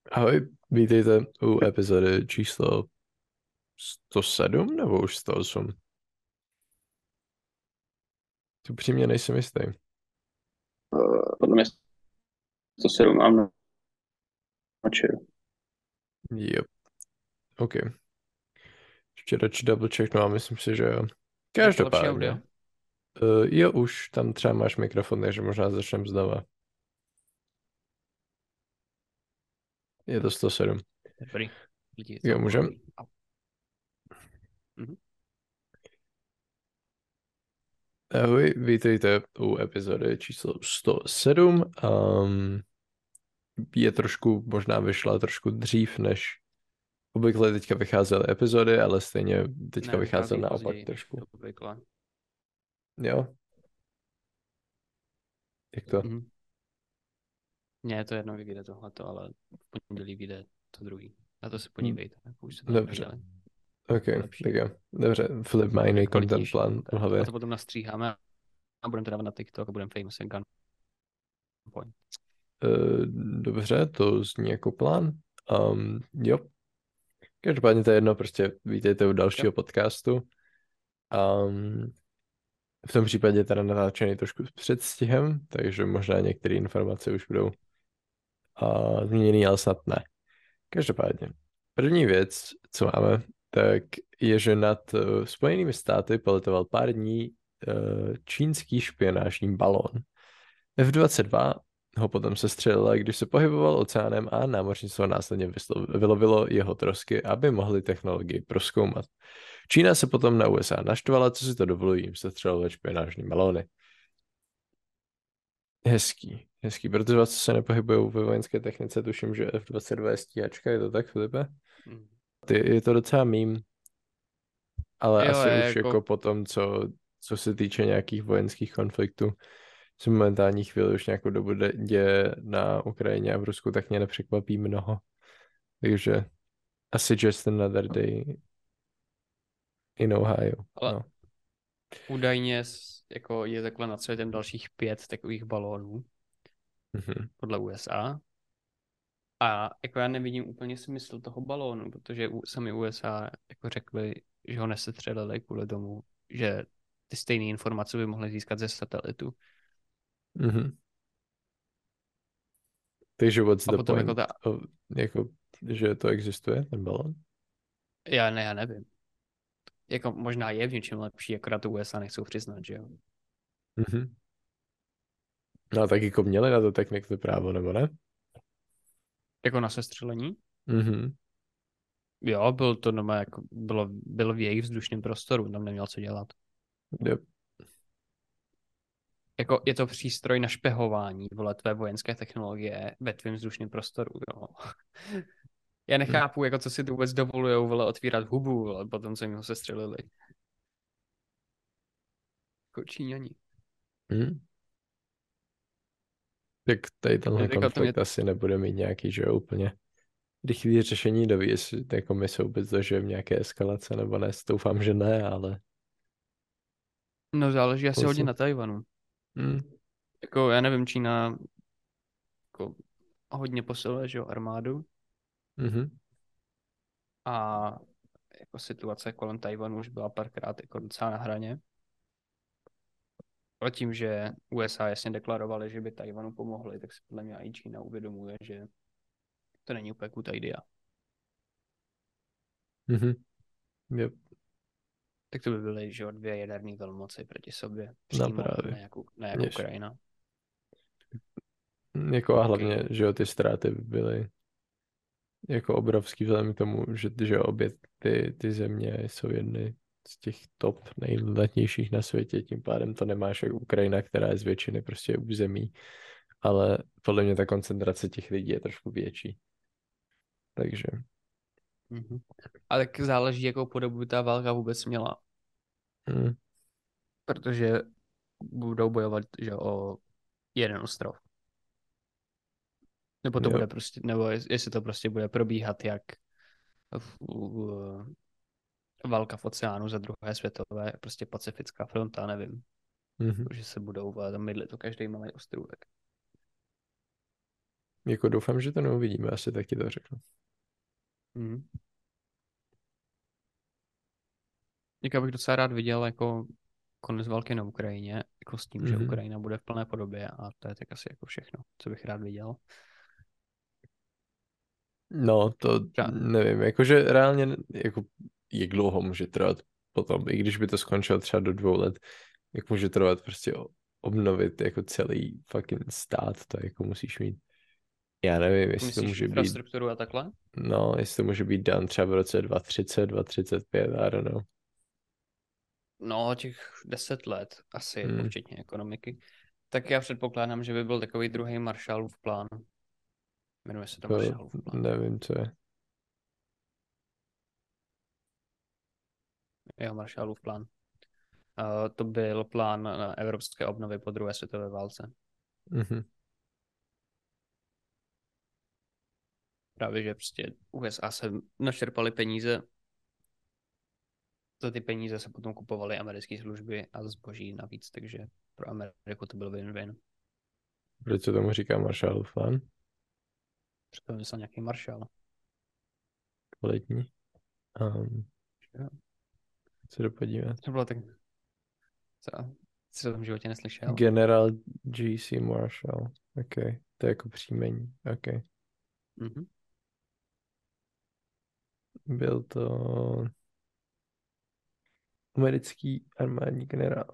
Ahoj, vítejte u epizody číslo 107 nebo už 108? Upřímně nejsem jistý. Podle mě 107 mám na čeru. Yep, OK. Ještě radši double check, no a myslím si, že jo. Jak je lepší audio? Každopádně, jo, už tam třeba máš mikrofon, takže možná začneme znova. Je to 107. Dobrý. Lidi Jo, to můžem? povolí. Mhm. Ahoj, vítejte u epizody číslo 107. Je trošku, možná vyšla trošku dřív, než obvykle teďka vycházely epizody, ale stejně teďka Ne, vycházel vychází naopak později než trošku. obvykle. Jo, jak to? Mhm. Mně je to jedno, kdy vyjde tohleto, ale v pondělí vyjde to druhý. Na to se Hm, podívejte, jak už se to Dobře, neděli. OK, To je lepší. tak jo. Dobře, Filip má jiný Jakože content kvalitnější plán v tentokrát. A hlavě. to potom nastříháme a budeme to dávat na TikTok a budeme famous and gunpoint. Dobře, to zní jako plán. Jo, každopádně to je jedno, prostě vítejte u Jo. dalšího podcastu. V tom případě teda natáčený trošku s předstihem, takže možná některé informace už budou změněný, ale snad ne. Každopádně, první věc, co máme, tak je, že nad Spojenými státy poletoval pár dní čínský špionážní balón. F-22 ho potom sestřelila, když se pohyboval oceánem a námořnictvo následně vylovilo jeho trosky, aby mohli technologii prozkoumat. Čína se potom na USA naštvala, co si to dovolují jim sestřelovat špionážní balóny. Hezký, protože vás, co se nepohybují ve vojenské technice, tuším, že F-22 je stíhačka, je to tak, Filipe? Mhm. Je to docela mím, ale Jo, asi je už jako jako, po tom, co se týče nějakých vojenských konfliktů, se momentální chvíli už nějakou dobu děje na Ukrajině a v Rusku, tak mě nepřekvapí mnoho. Takže asi just another day in Ohio. ale No. údajně jako je takhle nad světem dalších 5 takových balónů Mhm. podle USA. A jako já nevidím úplně smysl toho balónu, protože sami USA jako řekli, že ho nesetřelili kvůli tomu, že ty stejné informace by mohly získat ze satelitu. Mhm. Takže what's A the potom jako point? ta, Jako, že to existuje, ten balon? já nevím. Jako možná je v něčem lepší, akorát to USA nechcou přiznat, že jo. Mhm. No tak jako měli na to techniky právo, nebo ne? Jako na sestřelení. Mhm. Jo, byl to normálně, jako bylo v jejich vzdušném prostoru, tam neměl co dělat. Yep. Jako je to přístroj na špehování, vole, tvé vojenské technologie ve tvém vzdušném prostoru, jo. Já Hm. nechápu, jako co si tu vůbec dovolujou, vole, otvírat hubu, vole, potom, co jim ho sestřelili. Jako Číňani. Hm. Tak tady tenhle Jako to mě, konflikt asi nebude mít nějaký, že jo, úplně rychlý řešení, doví, jestli jako my se vůbec dožijeme nějaké eskalace, nebo ne, doufám, že ne, ale no záleží asi hodně vlastně. na Tajvanu. Hm. Jako já nevím, Čína jako hodně posiluje, že jo, armádu Mhm. a jako situace kolem Tajvanu už byla párkrát jako docela na hraně. Ale tím, že USA jasně deklarovali, že by Tajvanu pomohli, tak si podle mě i Čína uvědomuje, že to není úplně good idea. Mhm. Yep. Tak to by byly, že jo, dvě jaderné velmoci proti sobě No přímo, právě. ne jako Jež. Ukrajina. Jako a OK. hlavně, že jo, ty ztráty by byly jako obrovský vzhledem k tomu, že jo, obě ty země jsou jedny z těch top nejlidnatějších na světě, tím pádem to nemáš jako Ukrajina, která je z většiny prostě území, ale podle mě ta koncentrace těch lidí je trošku větší. Takže, Mhm. A tak záleží, jakou podobu by ta válka vůbec měla. hm, Protože budou bojovat, že o jeden ostrov. Nebo to jo, bude prostě, nebo jestli to prostě bude probíhat jak válka v oceánu za druhé světové, prostě pacifická fronta, nevím. mhm, Že se budou tam mydlit to každý malý ostrůvek. Jako doufám, že to neuvidíme, asi taky to řeknu. Mhm. Já bych docela rád viděl jako konec války na Ukrajině, jako s tím, že Mhm. Ukrajina bude v plné podobě a to je tak asi jako všechno, co bych rád viděl. No, to Třeba, nevím, jakože reálně, jako jak dlouho může trvat potom, i když by to skončilo třeba do 2 let, jak může trvat prostě obnovit jako celý fucking stát, to jako musíš mít. Já nevím, jako jestli to myslíš může být, infrastrukturu a takhle? no, jestli to může být dan třeba v roce 2030, 2035, I don't know. No, těch 10 let asi, jako Hmm, včetně ekonomiky. Tak já předpokládám, že by byl takový druhý Marshallův plán. Jmenuje se to to Marshallův plán. nevím, co je. Jeho Marshallův plán. To byl plán na evropské obnovy po druhé světové válce. Mhm, Právě, že prostě USA se načerpali peníze, za ty peníze se potom kupovaly americké služby a zboží navíc, takže pro Ameriku to byl win-win. proč se tomu říká Marshallův plán? Proto myslel nějaký Marshall. Kvalitní. Um, Jo. co to podívat? To bylo tak... Co? Jsi o tom v životě neslyšel? General G.C. Marshall. OK. To je jako příjmení. OK. Mhm. Byl to americký armádní generál.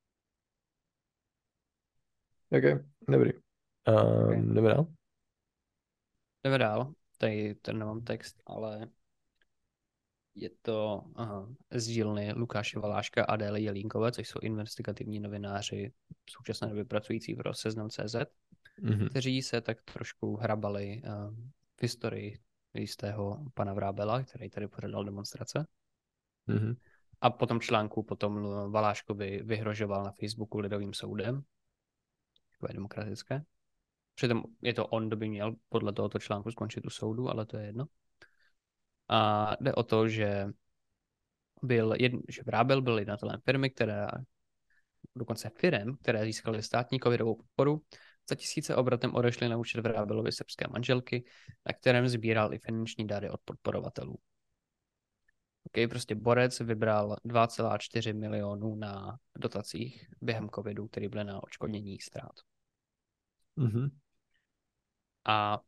OK, dobrý. Okay. Jdeme dál. Jdeme dál. Tady nemám text, ale je to z dílny Lukáše Valáška a Adély Jelínkové, což jsou investigativní novináři v současné době pracující pro Seznam.cz, Mhm, kteří se tak trošku hrabali v historii jistého pana Vrábela, který tady pořádal demonstrace. mhm, A po tom článku potom Valáškovi vyhrožoval na Facebooku lidovým soudem, takové demokratické. Přitom je to on, kdo by měl podle tohoto článku skončit u soudu, ale to je jedno. A jde o to, že že Vrábel byl jednatelem firmy, dokonce firem, které získaly státní covidovou podporu, za tisíce obratem odešly na účet Vrábelovy srbské manželky, na kterém sbíral i finanční dary od podporovatelů. Okay, prostě Borec vybral 2,4 milionů na dotacích během covidu, který byly na odškodnění ztrát. mhm. A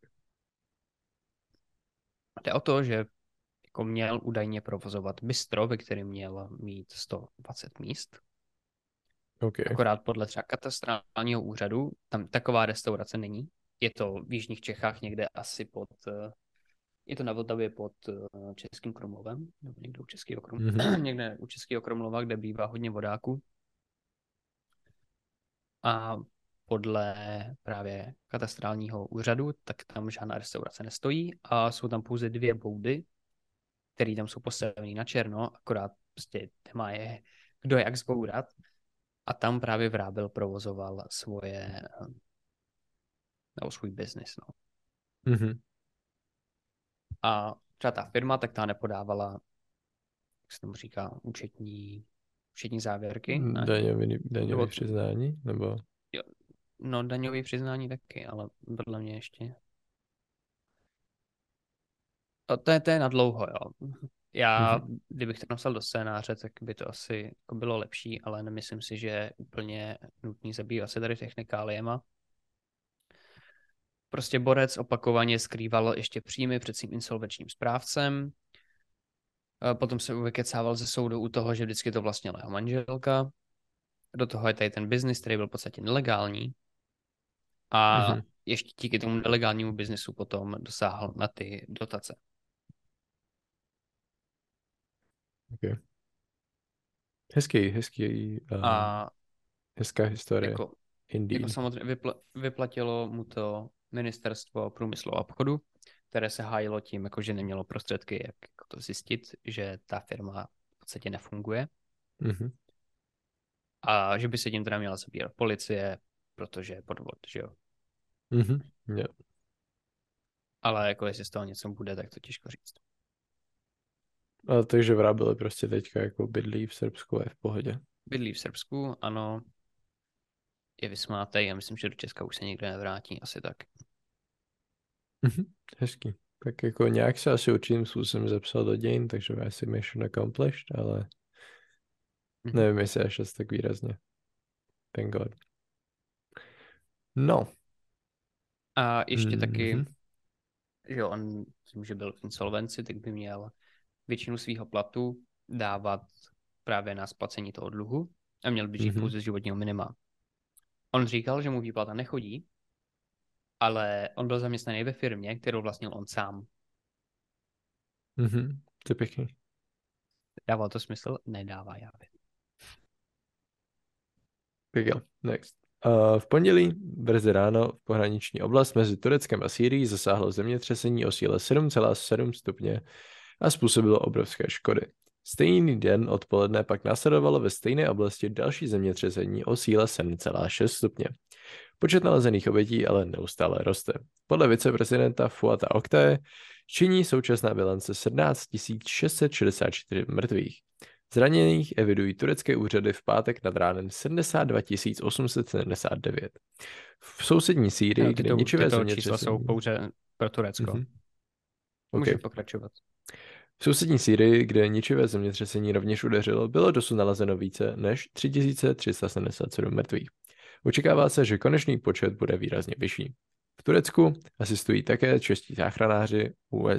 jde o to, že jako měl údajně provozovat bistro, ve kterém měl mít 120 míst. OK. Akorát podle třeba katastrálního úřadu tam taková restaurace není. Je to v jižních Čechách někde asi je to na Vltavě pod Českým Krumlovem, nebo někde u Českého Mhm, někde u Českého Krumlova, kde bývá hodně vodáků. A podle právě katastrálního úřadu, tak tam žádná restaurace nestojí a jsou tam pouze 2 boudy, které tam jsou postavené na černo, akorát prostě téma je, kdo jak zbourat. A tam právě Vrábel provozoval svůj biznis. No. mhm. A třeba ta firma, tak ta nepodávala, jak se tomu říká, účetní závěrky, ne? Daňový Nebo, přiznání? Nebo? jo, no daňové přiznání taky, ale podle mě ještě. To je na dlouho, jo. Já, Mhm, kdybych to napsal do scénáře, tak by to asi jako bylo lepší, ale nemyslím si, že je úplně nutný zabývat se tady technikáliema. Prostě Borec opakovaně skrýval ještě příjmy před svým insolvenčním správcem. Potom se vykecával ze soudu u toho, že vždycky to vlastnila jeho manželka. Do toho je tady ten biznis, který byl v podstatě nelegální. A mhm. ještě díky tomu nelegálnímu biznisu potom dosáhl na ty dotace. OK. Hezký, A hezká historie. jako, jako Indeed. samozřejmě vyplatilo mu to ministerstvo průmyslu a obchodu, které se hájilo tím, jako že nemělo prostředky, jak jako to zjistit, že ta firma v podstatě nefunguje. Mhm, A že by se tím teda měla zabírat policie, protože je podvod, že jo. mhm. Jo. Ale jako jestli z toho něco bude, tak to těžko říct. A takže Vrábel prostě teďka jako bydlí v Srbsku a je v pohodě. Bydlí v Srbsku, ano, je vysmátej a myslím, že do Česka už se nikdo nevrátí, asi tak. Hezký. Tak jako nějak se asi určitým způsobem zapsal do dějin, takže asi mission accomplished, ale Mhm. nevím, jestli až tak výrazně. Thank God. No. A ještě taky, Mhm. že jo, on tím, že byl v insolvenci, tak by měl většinu svého platu dávat právě na splacení toho dluhu a měl by žít Mhm. pouze z životního minima. On říkal, že mu výplata nechodí, ale on byl zaměstnaný ve firmě, kterou vlastnil on sám. Mhm. To je pěkný. Dává to smysl? Nedává, já vím. Tak jo, next. V pondělí brzy ráno v pohraniční oblast mezi Tureckem a Sýrií zasáhlo zemětřesení o síle 7,7 stupně a způsobilo obrovské škody. Stejný den odpoledne pak následovalo ve stejné oblasti další zemětřesení o síle 7,6 stupně. Počet nalezených obětí ale neustále roste. Podle viceprezidenta Fuata Oktay činí současná bilance 17 664 mrtvých. Zraněných evidují turecké úřady v pátek nad ránem 72 879. V sousední Sýrii, kde ničivé Tyto čísla jsou zemětřesení... pouze pro Turecko. Mhm. Může Okay. pokračovat. V sousední Sýrii, kde ničivé zemětřesení rovněž udeřilo, bylo dosud nalezeno více než 3377 mrtvých. Očekává se, že konečný počet bude výrazně vyšší. V Turecku asistují také čeští záchranáři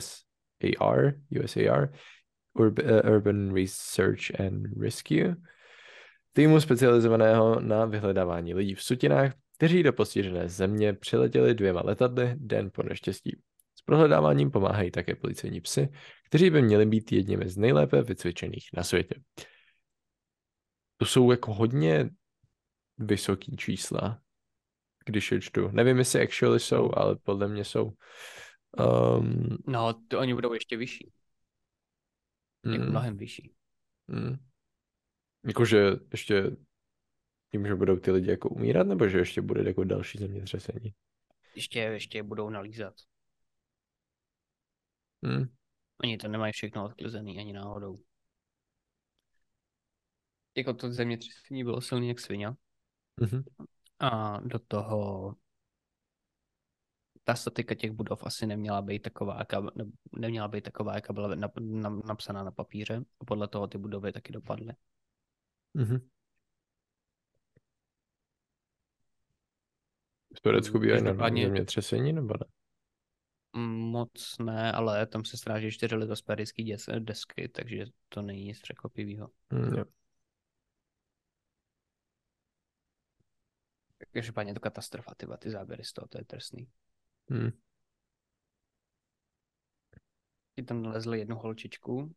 USAR, Urban Research and Rescue, týmu specializovaného na vyhledávání lidí v sutinách, kteří do postižené země přiletěli 2 letadly den po neštěstí. S prohledáváním pomáhají také policejní psy, kteří by měli být jedněmi z nejlépe vycvičených na světě. To jsou jako hodně vysoký čísla, když je čtu. Nevím, jestli actually jsou, ale podle mě jsou. No, to oni budou ještě vyšší. Jako Mm, mnohem vyšší. mm. Jakože ještě tím, že budou ty lidi jako umírat, nebo že ještě bude jako další zemětřesení? Ještě je budou nalízat. Mm, Oni to nemají všechno odklizený ani náhodou. Jako to zemětřesení bylo silný jak svině. mhm, A do toho ta statika těch budov asi neměla být taková, neměla být taková, jaká byla napsaná na papíře. A podle toho ty budovy taky dopadly. mhm. V Turecku bývají normální Každopádně zemětřesení, nebo ne? moc ne, ale tam se stráží 4 litosférické desky, takže to není nic překvapivého. Jo. Každopádně je to katastrofa, ty záběry z toho, to je drsný. Mm, I tam nalezli jednu holčičku,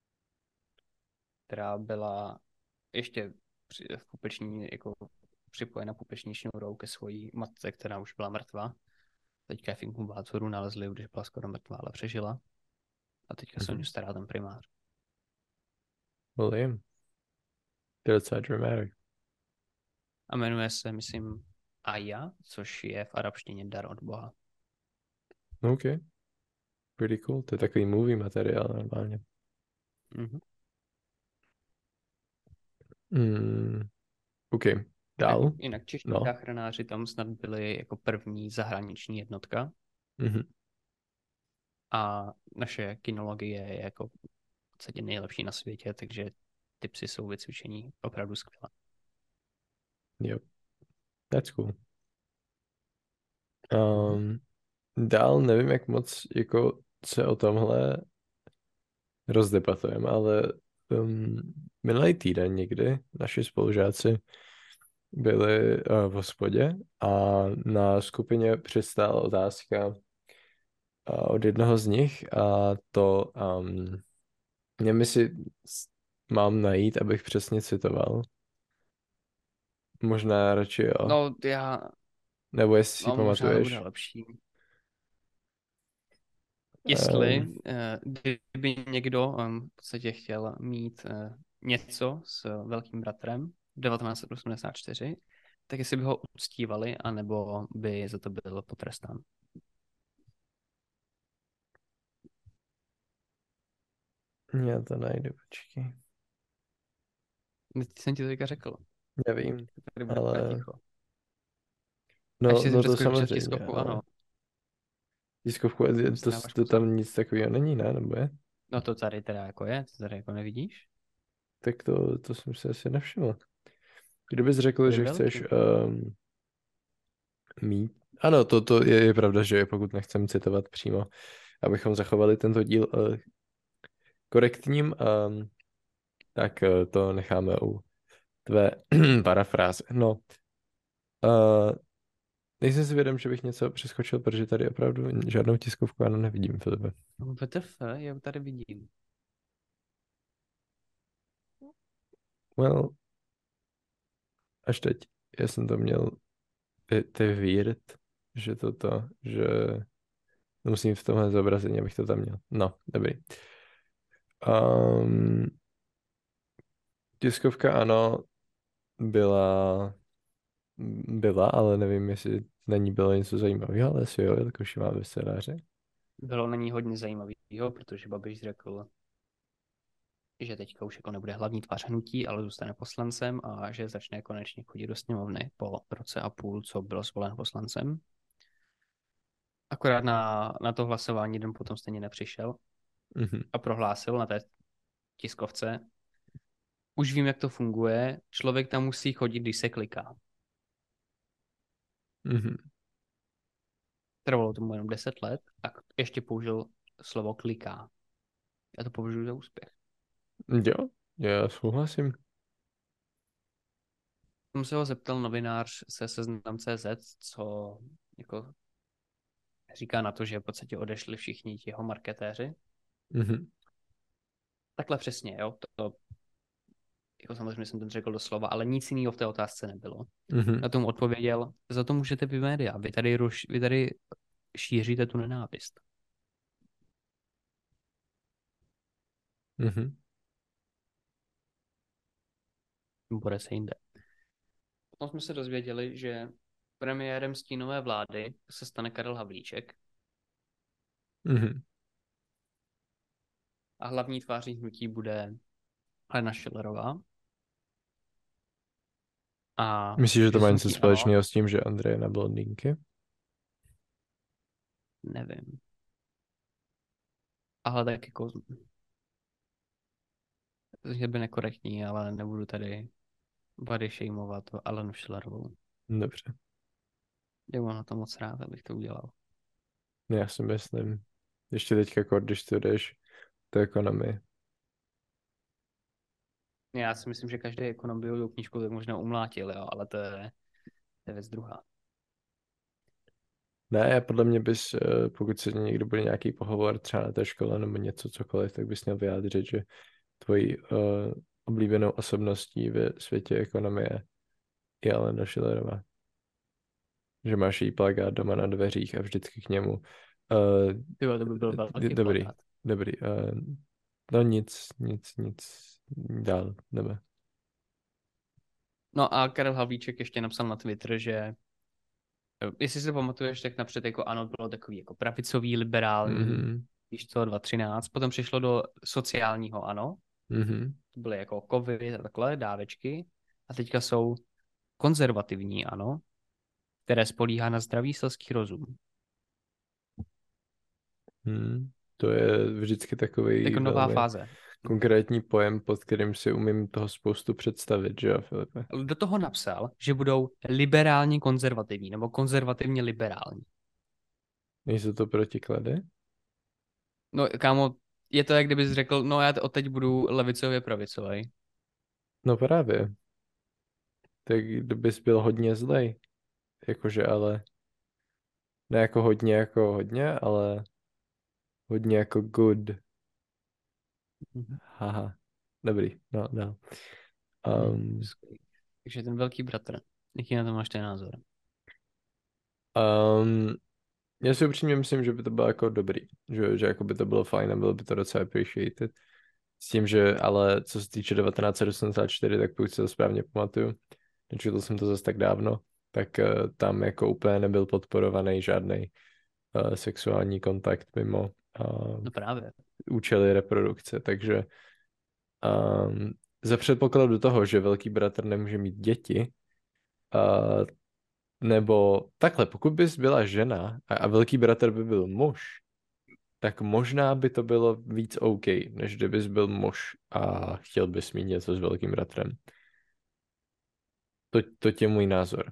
která byla ještě v pupeční, jako připojena pupeční šňůrou ke svojí matce, která už byla mrtvá. Teďka je v inkubátoru nalezli, když byla skoro mrtvá, ale přežila. A teďka se o ní mhm. stará ten primář. William. To je docela dramatic. A jmenuje se, myslím, Aya, což je v arabštině dar od Boha. OK. Pretty cool. To je takový movie materiál normálně. Mhm. Mm, OK. Dál? Jinak čeští No. záchranáři tam snad byli jako první zahraniční jednotka Mhm. a naše kinologie je jako v podstatě nejlepší na světě, takže ty psy jsou vycvičení opravdu skvěle. Yep. That's cool. Mhm. Dál nevím, jak moc jako se o tomhle rozdebatujeme, ale minulý týden někdy naši spolužáci byli v hospodě a na skupině přistála otázka od jednoho z nich a to nevím, jestli mám najít, abych přesně citoval. Možná radši jo. No, já, Nebo jestli si ji no, možná to bude pamatuješ. lepší. Um, Jestli, kdyby někdo v podstatě chtěl mít něco s velkým bratrem 1984, tak jestli by ho uctívali, anebo by za to byl potrestán. já to najdu, počkej. Jsem ti to teďka řekl. Nevím, Tady bude úplně ale ticho. A no, ještě si no to přeskočil přes samozřejmě, tiskovku, ale ano. Tiskovku, se dáváš to pozor. tam nic takového není, ne? Nebo je? No to tady teda jako je, to tady jako nevidíš? Tak to jsem si asi nevšiml. Kdybys řekl, To je že chceš velký. mít... Ano, to je pravda, že pokud nechcem citovat přímo, abychom zachovali tento díl korektním, tak to necháme u tvé parafráze. No, uh, nejsem si vědom, že bych něco přeskočil, protože tady opravdu žádnou tiskovku ano nevidím, Filipe. No, WTF, já ho tady vidím. Well, až teď. Já jsem to měl, to je weird, že že musím v tomhle zobrazení, abych to tam měl. No, dobrý. Um, tiskovka ano, byla, ale nevím, jestli na ní bylo něco zajímavého, ale asi jo, jelikož ji má ve scénáře. Bylo na ní hodně zajímavého, protože Babiš řekl, že teďka už jako nebude hlavní tvář hnutí, ale zůstane poslancem a že začne konečně chodit do sněmovny po roce a půl, co byl zvolen poslancem. Akorát na to hlasování den potom stejně nepřišel Mhm, a prohlásil na té tiskovce, už vím, jak to funguje, člověk tam musí chodit, když se kliká. mhm. Trvalo tomu jenom 10 let a ještě použil slovo kliká. Já to považuji za úspěch. Jo, já souhlasím. Jsem se ho zeptal novinář se Seznam.cz, co jako říká na to, že v podstatě odešli všichni ti jeho marketéři. Mhm, Takhle přesně, jo. To jako samozřejmě jsem to řekl doslova, ale nic jiného v té otázce nebylo. mhm, Na tomu odpověděl, za to můžete vy média, vy tady šíříte tu nenávist. mhm, Bude se jinde. Potom jsme se dozvěděli, že premiérem stínové vlády se stane Karel Havlíček mhm. a hlavní tváří hnutí bude Alena Schillerová. A Myslíš, že to že z má něco hnutí ano, společného s tím, že Andrej je na blondýnky? nevím. Ale tak jako je by nekorektní, ale nebudu tady body shameovat Alenu Schillerovou. Dobře. Já mám na to moc rád, abych to udělal. Já si myslím. Ještě teďka, když studuješ tu ekonomii. Já si myslím, že každý ekonom by tu knížku tak možná umlátil, jo, ale to je věc druhá. Ne, podle mě bys, pokud se někdo bude nějaký pohovor třeba na té škole nebo něco cokoliv, tak bys měl vyjádřit, že tvojí oblíbenou osobností ve světě ekonomie je Alena Schillerová. Že máš její plakát doma na dveřích a vždycky k němu. Jo, to by byl velký Dobrý, plakát. dobrý. No nic. Dál, jdeme. No a Karel Havlíček ještě napsal na Twitter, že jestli si to pamatuješ, tak napřed jako ano, bylo takový jako pravicový, liberální, Mhm, víš co, 2013, potom přešlo do sociálního ano, mhm, to byly jako covid a takhle, dávečky, a teďka jsou konzervativní ano, které spolíhá na zdravý selský rozum. To je vždycky takový Jako nová velmi fáze. konkrétní pojem, pod kterým si umím toho spoustu představit, že jo, Filipe? Do toho napsal, že budou liberálně konzervativní, nebo konzervativně liberální. Nejsou to protiklady? No, kámo, je to, jak kdybys řekl, no já od teď budu levicově pravicový. No právě. Tak kdybys byl hodně zlej. Jakože ale, ne jako hodně, ale hodně jako good. Mhm. Haha. Dobrý, no, dál. Um, Takže ten velký bratr. Jaký na to máš ten názor? um, já si upřímně myslím, že by to bylo jako dobrý. Že jako by to bylo fajn a bylo by to docela appreciated. S tím, že ale co se týče 1984, tak pokud si to správně pamatuju, nečetl jsem to zase tak dávno, tak tam jako úplně nebyl podporovaný žádný sexuální kontakt mimo No právě. účely reprodukce, takže za předpokladu toho, že velký bratr nemůže mít děti, uh, Nebo takhle, pokud bys byla žena a velký bratr by byl muž, tak možná by to bylo víc OK, než kdybys byl muž a chtěl bys mít něco s velkým bratrem. To je můj názor.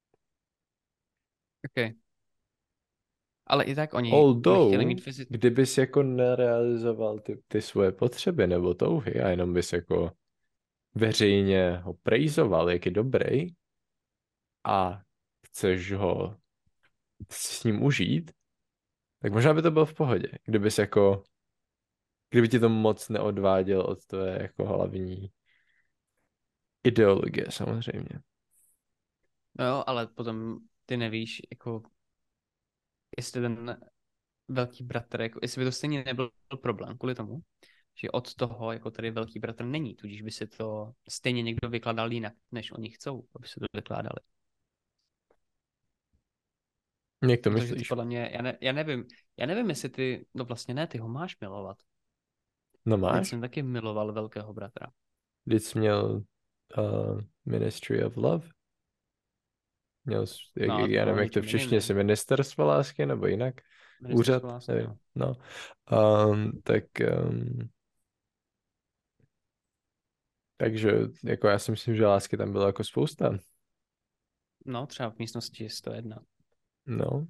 Okay. Ale i tak oni by chtěli Although, mít fyzicky. kdybys jako nerealizoval ty svoje potřeby nebo touhy a jenom bys jako veřejně ho prejzoval, jak je dobrý a chceš ho s ním užít, tak možná by to bylo v pohodě. Kdyby ti to moc neodváděl od tvé jako hlavní ideologie samozřejmě. No jo, ale potom ty nevíš, jako jestli ten velký bratr, jako, jestli by to stejně nebyl problém kvůli tomu, že od toho, jako tady velký bratr není, tudíž by se to stejně někdo vykládal jinak, než oni chcou, aby se to vykládali. Jak to Protože ty myslíš? podle mě, já nevím, jestli ty, no vlastně ne, ty ho máš milovat. No Teď máš? jsem taky miloval velkého bratra. Když jsi měl Ministry of Love? No, a to Já bylo nevím, o jak to něčem jiným, všichni, ne? jestli ministerstvo lásky nebo jinak. Ministerstvo Úřad, lásky, nevím. no. No. Takže jako já si myslím, že lásky tam bylo jako spousta. No, třeba v místnosti 101. No.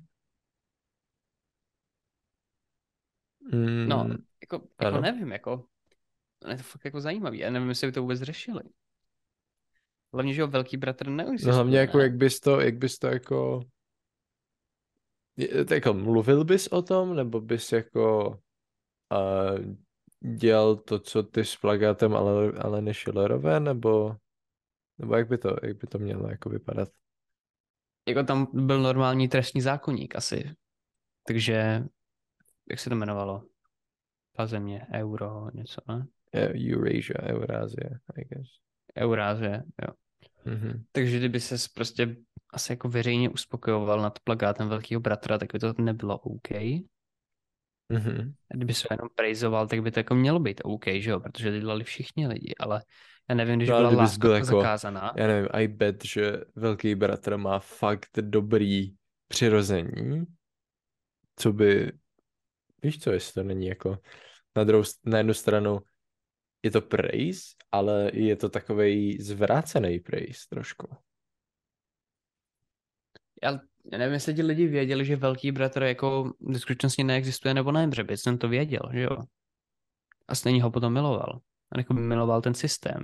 No, Mm, jako ano. nevím, jako, je to fakt jako zajímavý. Já nevím, jestli by to vůbec řešili. Hlavně, že jo, velký bratr No hlavně neexistuje, jako ne? jak bys to jako jako mluvil bys o tom, nebo bys jako dělal to, co ty s plagátem Aleny Schillerové, nebo jak by to mělo jako vypadat? Jako tam byl normální trestní zákoník asi. Takže, jak se to jmenovalo? Ta země, euro, něco, ne? Eurasia, Eurázie, I guess. Eurázie, jo. Mhm, Takže kdyby ses prostě asi jako veřejně uspokojoval nad plagátem velkého bratra, tak by to nebylo OK. A mhm. kdyby se jenom praizoval, tak by to jako mělo být OK, že jo? Protože to dělali všichni lidi, ale já nevím, když No ale byla kdybys láska byl jako, zakázaná, já nevím, I bet, že velký bratr má fakt dobrý přirození, co by, víš co, jestli to není jako, na jednu stranu je to praise, ale je to takovej zvrácený praise trošku. já nevím, jestli ti lidi věděli, že velký bratr jako v skutečnosti neexistuje nebo ne, protože by jsem to věděl, že jo? A stejně ho potom miloval. A jako by miloval ten systém.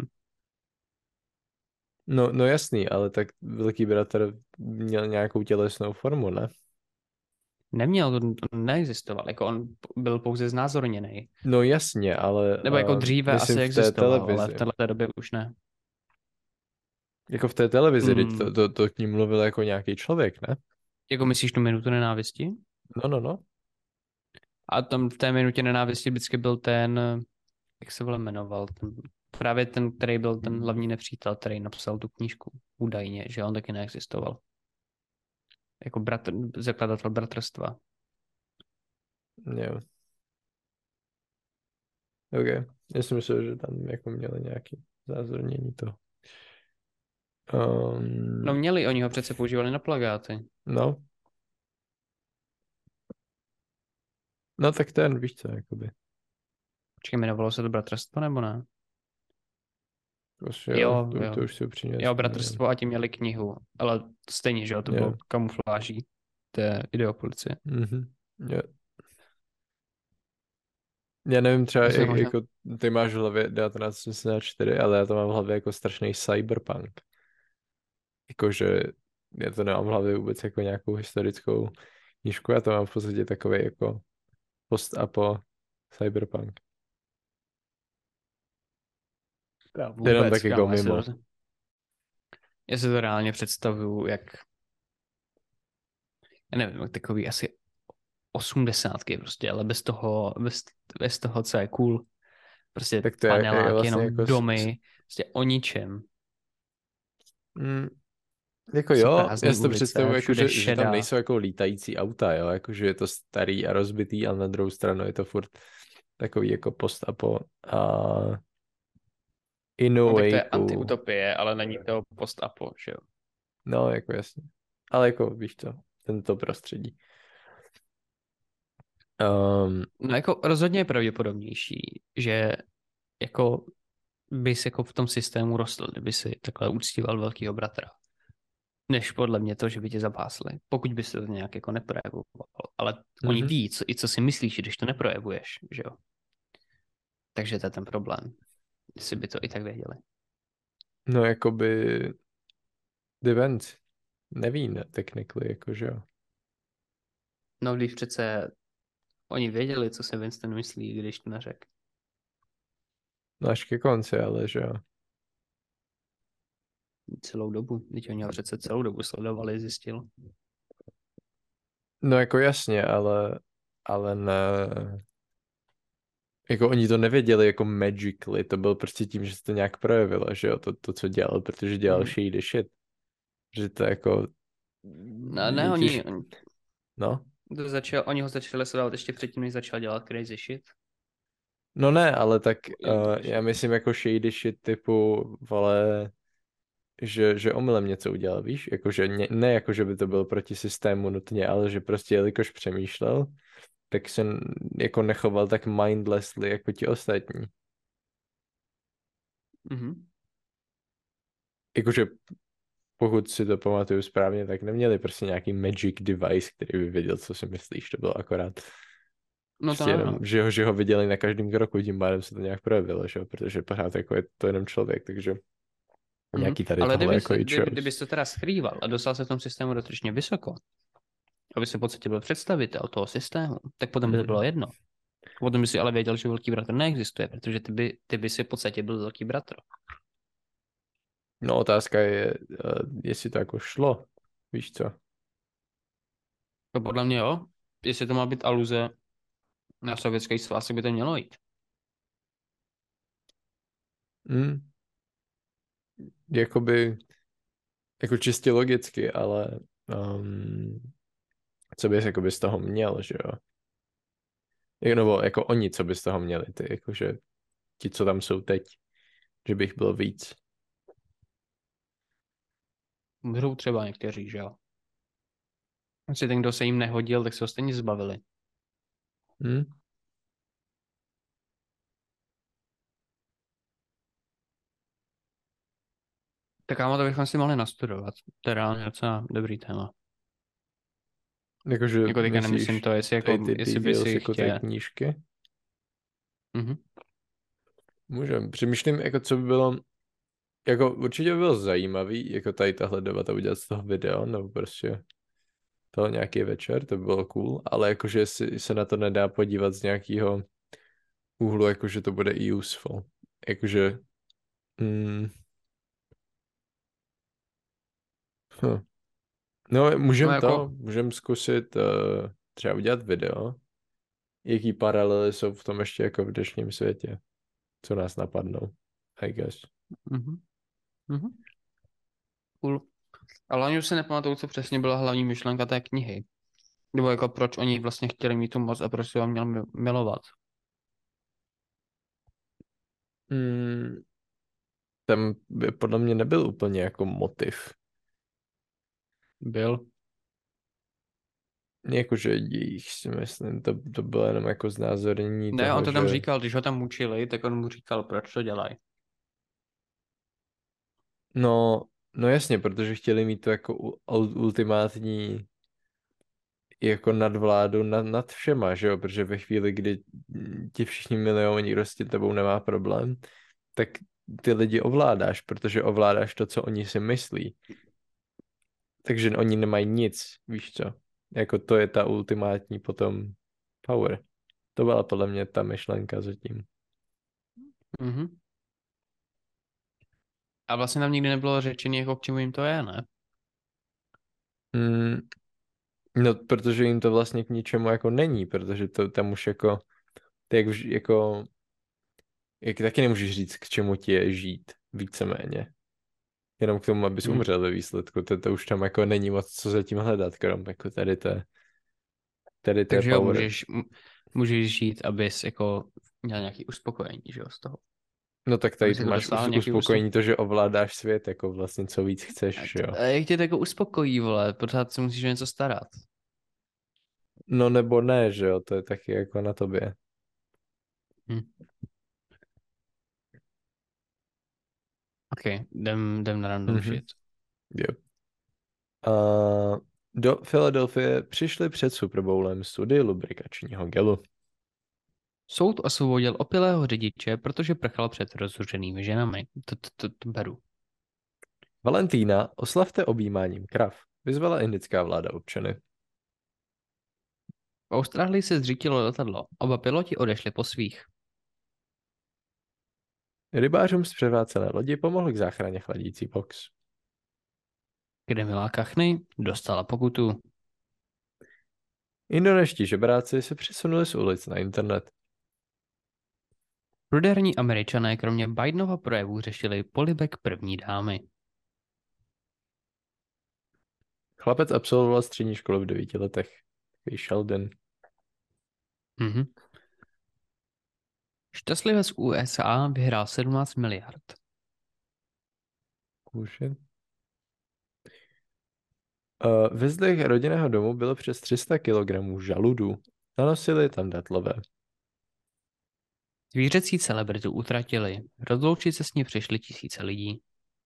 No jasný, ale tak velký bratr měl nějakou tělesnou formu, ne? Neměl, to neexistoval, jako on byl pouze znázorněný. No jasně, ale Nebo jako dříve myslím asi v té existoval, ale v televizi. této době už ne. Jako v té televizi, teď Hmm, to k ní mluvil jako nějaký člověk, ne? jako myslíš tu minutu nenávisti? No. A tam v té minutě nenávisti vždycky byl ten, jak se jmenoval, právě ten, který byl ten hlavní nepřítel, který napsal tu knížku údajně, že on taky neexistoval. Jako zakladatel bratrstva. Jo. OK. Já si myslel, že tam jako měli nějaký zázornění toho. No Um, měli, oni ho přece používali na plagáty. no. No tak ten, víš co, jakoby. Počkej, jmenovalo se to bratrstvo nebo ne? Prostě jo, Jo, to jo. už si upřímně Jo, vzpomínám. bratrstvo a ti měli knihu, ale stejně, že jo, to bylo Jo. kamufláží té ideopolicie. Mhm. Jo. Já nevím třeba, To se možná... jako ty máš v hlavě 1984, ale já to mám v hlavě jako strašný cyberpunk. Jakože já to nemám v hlavě vůbec jako nějakou historickou knížku, já to mám v podstatě takový jako post-apo cyberpunk. Já Jenom vůbec, tak jako kámo, mimo. já si to reálně představuju, jak, já nevím, jak takový asi 80 prostě, ale bez toho, co je cool. Prostě Tak to je paneláky, vlastně jenom jako domy, prostě o ničem. mm, jako Prostě jo, já prázdný si to představuji, ulice, jako, všude že tam šedá. nejsou jako lítající auta, jo, jako, že je to starý a rozbitý, ale na druhou stranu je to furt takový jako post-apo a in a No tak to way je cool. antiutopie, ale není to post-apo, že jo. No, jako jasně. Ale jako víš co, tento prostředí. Um, No jako rozhodně je pravděpodobnější, že jako bys jako v tom systému rostl, kdyby si takhle uctíval velkýho bratra. Než podle mě to, že by tě zapásli. Pokud by se to nějak jako neprojevoval. Ale oni mhm. ví, i co si myslíš, když to neprojevuješ, že jo. Takže to je ten problém. Jestli by to i tak věděli. No jakoby depends. Neví, ne, technically, jakože jo. No když přece oni věděli, co se Winston myslí, když to neřekl. No až ke konci, ale že jo. Celou dobu. Teď oni ho přece celou dobu sledovali, zjistil. No jako jasně, ale ne, jako oni to nevěděli jako magically, to bylo prostě tím, že se to nějak projevilo, že jo, to co dělal, protože dělal Mhm. shady shit. Že to jako, No, ne, když, no, oni ho začali sledovat ještě předtím, než začal dělat crazy shit. no ne, ale tak Víš. já myslím jako shady shit typu, vole, že omylem něco udělal, víš, jakože ne jako, že by to bylo proti systému nutně, ale že prostě jelikož přemýšlel, tak se jako nechoval tak mindlessly jako ti ostatní. Mhm. Jakože pokud si to pamatuju správně, tak neměli prostě nějaký magic device, který by věděl, co si myslíš, to bylo akorát No to prostě ne, jenom, no. že ho viděli na každém kroku, tím pádem se to nějak projevilo, že jo, protože pořád jako je to jenom člověk, takže Mhm. nějaký tady Ale tohle jako i chose. kdybys to teda skrýval a dostal se v tom systému dostatečně vysoko, aby se v podstatě byl představitel toho systému, tak potom by to bylo Mhm. jedno. Potom by si ale věděl, že velký bratr neexistuje, protože ty by si v podstatě byl velký bratr. No otázka je, jestli to jako šlo, víš co? To podle mě jo. Jestli to má být aluze na sovětský svaz, by to mělo jít. Hmm. Jakoby, jako čistě logicky, ale co bys jakoby z toho měl, že jo? Nebo jako oni, co by z toho měli, ty, jakože ti, co tam jsou teď, že bych byl víc. Můžou třeba někteří, že jo. Jestli ten, kdo se jim nehodil, tak se ho stejně zbavili. Hmm? Tak kámo, to bychom si mohli nastudovat. To je reálně docela dobrý téma. Jakože Jako teďka nemyslím myslíš to, tady ty jestli by details si jako té chtěl. knížky? Mhm. Můžem. Přemýšlím, jako co by bylo, jako určitě by bylo zajímavý, jako tady tahle debata udělat z toho video, nebo prostě to nějaký večer, to by bylo cool, ale jakože si se na to nedá podívat z nějakého úhlu, jakože to bude i useful. Jakože, mm, hm. No, No jako, můžem zkusit třeba udělat video, jaký paralely jsou v tom ještě jako v dnešním světě, co nás napadnou, I guess. mhm. Mhm. Cool. Ale oni už si nepamatuju, co přesně byla hlavní myšlenka té knihy. Nebo jako proč oni vlastně chtěli mít tu moc a proč si ho měl milovat. Mm, tam by podle mě nebyl úplně jako motiv. Byl. Jakože jejich si myslím, to bylo jenom jako znázornění Ne, on toho, to tam že říkal, když ho tam mučili, tak on mu říkal, proč to dělají. no, no jasně, protože chtěli mít to jako ultimátní jako nadvládu nad všema, že jo, protože ve chvíli, kdy ti všichni milioni prostě tebou nemá problém, tak ty lidi ovládáš, protože ovládáš to, co oni si myslí. Takže oni nemají nic, víš co. Jako to je ta ultimátní potom power. To byla podle mě ta myšlenka zatím. Mhm. A vlastně tam nikdy nebylo řečené, jako k čemu jim to je, ne? Mm, no, protože jim to vlastně k ničemu jako není, protože to tam už jako, ty jako, jak taky nemůžeš říct, k čemu ti je žít, víceméně. Jenom k tomu, abys Mhm. umřel ve výsledku. To už tam jako není moc co zatím hledat, krom jako tady té Takže jo, power. můžeš žít, abys jako měl nějaký uspokojení, že jo, z toho. No tak aby tady si to jako máš dosáhl nějaký uspokojení to, že ovládáš svět, jako vlastně co víc chceš, jo. A jak tě to jako uspokojí, vole, pořád se musíš o něco starat. No nebo ne, že jo, to je taky jako na tobě. Hm. OK, jdem na random Mhm. shit. Jo. A do Filadelfie přišli před Super Bowlem study lubrikačního gelu. Soud osvobodil opilého řidiče, protože prchal před rozhořenými ženami. To beru. Valentína oslavte objímáním krav, vyzvala indická vláda občany. V Austrálii se zřítilo letadlo. Oba piloti odešli po svých. Rybářům z převrácené lodi pomohl k záchraně chladící box. Kde milá Kachny dostala pokutu. Indoneští žebráci se přesunuli z ulic na internet. Pruderní Američané kromě Bidenova projevu řešili polibek první dámy. Chlapec absolvoval střední školu v 9 letech. Takový Sheldon. Mhm. Šťastlivec z USA vyhrál 17 miliard. Kůže. Ve zdech rodinného domu bylo přes 300 kg žaludů. Nanosili tam datlové. Zvířecí celebritu utratili. Rozloučit se s ní přišli tisíce lidí.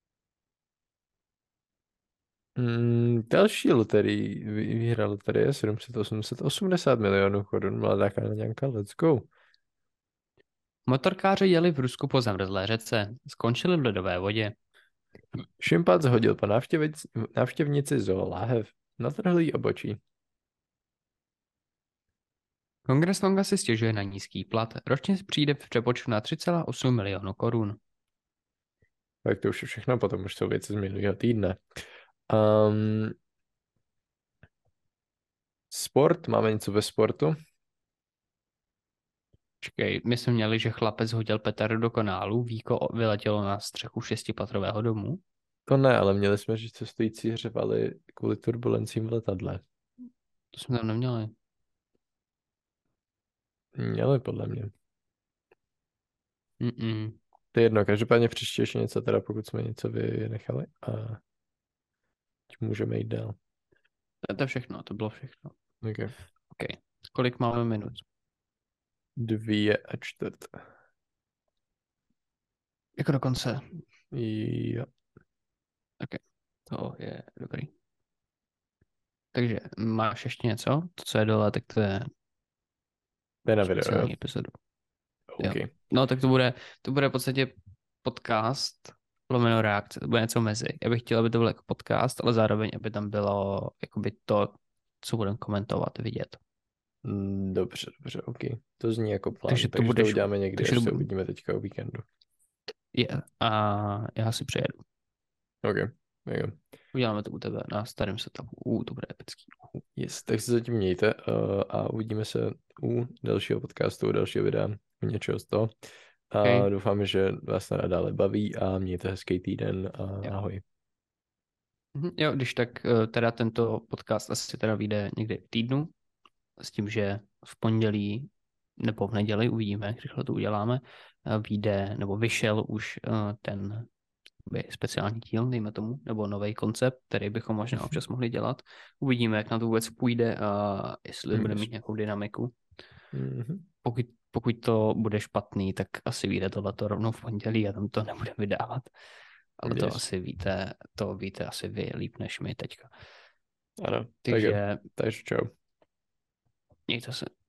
Další loterii vyhrála loterie 780 milionů korun. Mladá Kanaďanka, let's go. Motorkáři jeli v Rusku po zamrzlé řece. Skončili v ledové vodě. Šimpanz hodil po návštěvnici zoo láhev. Natrhl jí obočí. Kongresmanka si stěžuje na nízký plat. Ročně přijde v přepočtu na 3,8 milionu korun. Tak to už je všechno, potom už jsou věci z minulého týdne. Um, Sport, máme něco ve sportu? Čekej, my jsme měli, že chlapec hodil petardu do kanálu, víko vyletělo na střechu 6patrového domu. To ne, ale měli jsme, že cestující hřevali kvůli turbulencím v letadle. To jsme tam neměli. Měli, podle mě. Mm-mm. To je jedno, každopádně příště ještě něco, teda pokud jsme něco vynechali a můžeme jít dál. To je všechno, to bylo všechno. Okay. OK. Kolik máme minut? 2:15. Jako dokonce. Jo. OK. To je dobrý. Takže máš ještě něco? To, co je dole, tak to je To je na video, jo? speciální epizodu. OK. Jo. No, tak to bude v podstatě podcast lomeno reakce, to bude něco mezi. Já bych chtěl, aby to byl jako podcast, ale zároveň, aby tam bylo jakoby to, co budeme komentovat, vidět. Dobře, OK. To zní jako plán, Takže takže to uděláme někdy, takže až se uvidíme teďka o víkendu. Je, a já si přijedu. OK. Jo. Uděláme to u tebe na starém setupu. To bude epický. Yes, tak se zatím mějte a uvidíme se u dalšího podcastu, u dalšího videa, u něčeho z toho. A Okay. doufáme, že vás to nadále baví a mějte hezký týden a Jo. ahoj. Jo, když tak teda tento podcast asi teda vyjde někdy v týdnu, s tím, že v pondělí nebo v neděli uvidíme, jak rychle to uděláme, vyjde, nebo vyšel už ten speciální díl, dejme tomu, nebo nový koncept, který bychom možná občas mohli dělat. Uvidíme, jak na to vůbec půjde a jestli bude mít nějakou dynamiku. Pokud to bude špatný, tak asi vyjde tohleto rovnou v pondělí a tam to nebude vydávat. Ale to asi víte asi vy líp než my teďka. Ano, takže čau. mějte se.